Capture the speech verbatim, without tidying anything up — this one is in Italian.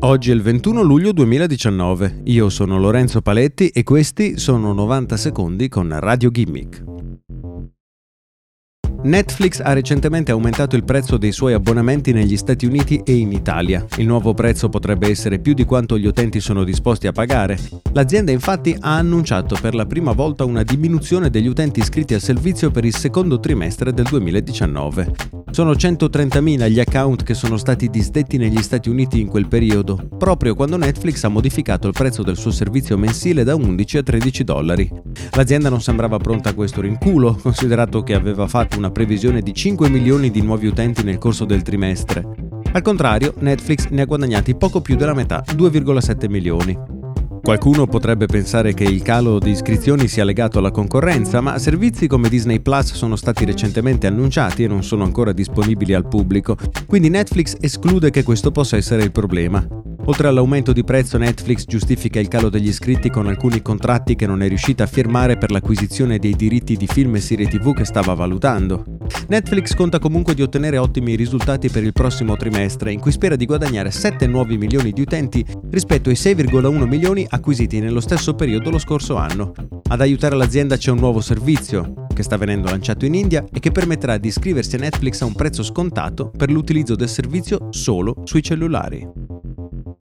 Oggi è il ventuno luglio duemiladiciannove, io sono Lorenzo Paletti e questi sono novanta secondi con Radio Gimmick. Netflix ha recentemente aumentato il prezzo dei suoi abbonamenti negli Stati Uniti e in Italia. Il nuovo prezzo potrebbe essere più di quanto gli utenti sono disposti a pagare. L'azienda infatti ha annunciato per la prima volta una diminuzione degli utenti iscritti al servizio per il secondo trimestre del duemiladiciannove. Sono centotrentamila gli account che sono stati disdetti negli Stati Uniti in quel periodo, proprio quando Netflix ha modificato il prezzo del suo servizio mensile da undici a tredici dollari. L'azienda non sembrava pronta a questo rinculo, considerato che aveva fatto una previsione di cinque milioni di nuovi utenti nel corso del trimestre. Al contrario, Netflix ne ha guadagnati poco più della metà, due virgola sette milioni. Qualcuno potrebbe pensare che il calo di iscrizioni sia legato alla concorrenza, ma servizi come Disney Plus sono stati recentemente annunciati e non sono ancora disponibili al pubblico, quindi Netflix esclude che questo possa essere il problema. Oltre all'aumento di prezzo, Netflix giustifica il calo degli iscritti con alcuni contratti che non è riuscita a firmare per l'acquisizione dei diritti di film e serie tivù che stava valutando. Netflix conta comunque di ottenere ottimi risultati per il prossimo trimestre, in cui spera di guadagnare sette nuovi milioni di utenti rispetto ai sei virgola uno milioni acquisiti nello stesso periodo lo scorso anno. Ad aiutare l'azienda c'è un nuovo servizio, che sta venendo lanciato in India e che permetterà di iscriversi a Netflix a un prezzo scontato per l'utilizzo del servizio solo sui cellulari.